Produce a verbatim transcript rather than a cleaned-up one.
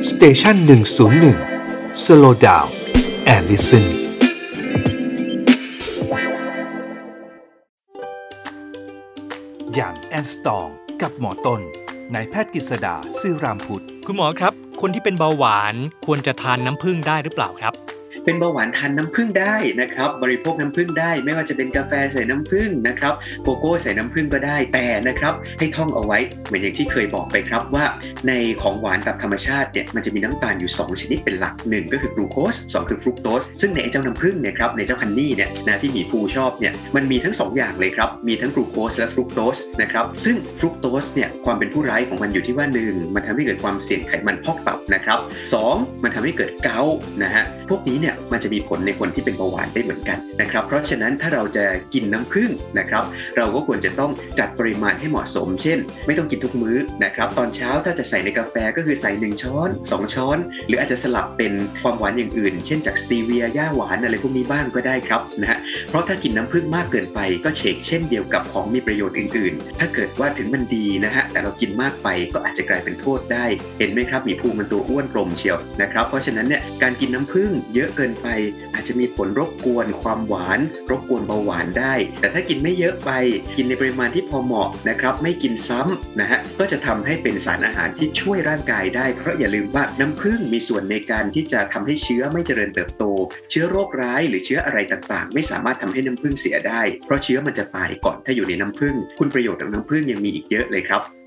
สเตชันหนึ่งศูนย์หนึ่ง Slow Down and Listen อย่างแอนสตองกับหมอต้นนายแพทย์กฤษดาซื่อรามพุทธคุณหมอครับคนที่เป็นเบาหวานควรจะทานน้ำผึ้งได้หรือเปล่าครับเป็นเบาหวานทานน้ำผึ้งได้นะครับบริโภคน้ำผึ้งได้ไม่ว่าจะเป็นกาแฟใส่น้ำผึ้งนะครับโกโก้ใส่น้ำผึ้งก็ได้แต่นะครับให้ท่องเอาไว้เหมือนอย่างที่เคยบอกไปครับว่าในของหวานแบบธรรมชาติเนี่ยมันจะมีน้ำตาลอยู่สองชนิดเป็นหลักหนึ่งก็คือกลูโคสสองคือฟรุกโตสซึ่งในเจ้าน้ำผึ้งเนี่ยครับในเจ้าฮันนี่เนี่ยนะที่หมีภูชอบเนี่ยมันมีทั้งสองอย่างเลยครับมีทั้งกลูโคสและฟรุกโตสนะครับซึ่งฟรุกโตสเนี่ยความเป็นผู้ร้ายของมันอยู่ที่ว่าหนึ่งมันทำให้เกิดความเสี่ยงไขมันพอกตับนะครับสองมันทำให้เกิดเกาต์นะฮะพวกนี้เนี่ยมันจะมีผลในคนที่เป็นเบาหวานได้เหมือนกันนะครับเพราะฉะนั้นถ้าเราจะกินน้ำผึ้งนะครับเราก็ควรจะต้องจัดปริมาณให้เหมาะสมเช่นไม่ต้องกินทุกมื้อนะครับตอนเช้าถ้าจะใส่ในกาแฟก็คือใส่หนึ่งช้อนสองช้อนหรืออาจจะสลับเป็นความหวานอย่างอื่นเช่นจากสตีเวียหญ้าหวานอะไรพวกนี้บ้างก็ได้ครับนะฮะเพราะถ้ากินน้ำผึ้งมากเกินไปก็เชกเช่นเดียวกับของมีประโยชน์อื่นๆถ้าเกิดว่าถึงมันดีนะฮะแต่เรากินมากไปก็อาจจะกลายเป็นโทษได้เห็นไหมครับหมีภูมันตัวอ้วนกลมเชียวนะครับเพราะฉะนั้นเนี่ยการกินน้ำผึ้งเยอะเกินไปอาจจะมีผลรบกวนความหวานรบกวนเบาหวานได้แต่ถ้ากินไม่เยอะไปกินในปริมาณที่พอเหมาะนะครับไม่กินซ้ำนะฮะก็จะทำให้เป็นสารอาหารที่ช่วยร่างกายได้เพราะอย่าลืมว่าน้ำผึ้งมีส่วนในการที่จะทำให้เชื้อไม่เจริญเติบโตเชื้อโรคร้ายหรือเชื้ออะไรต่างๆไม่สามารถทำให้น้ำผึ้งเสียได้เพราะเชื้อมันจะตายก่อนถ้าอยู่ในน้ำผึ้งคุณประโยชน์ของน้ำผึ้งยังมีอีกเยอะเลยครับ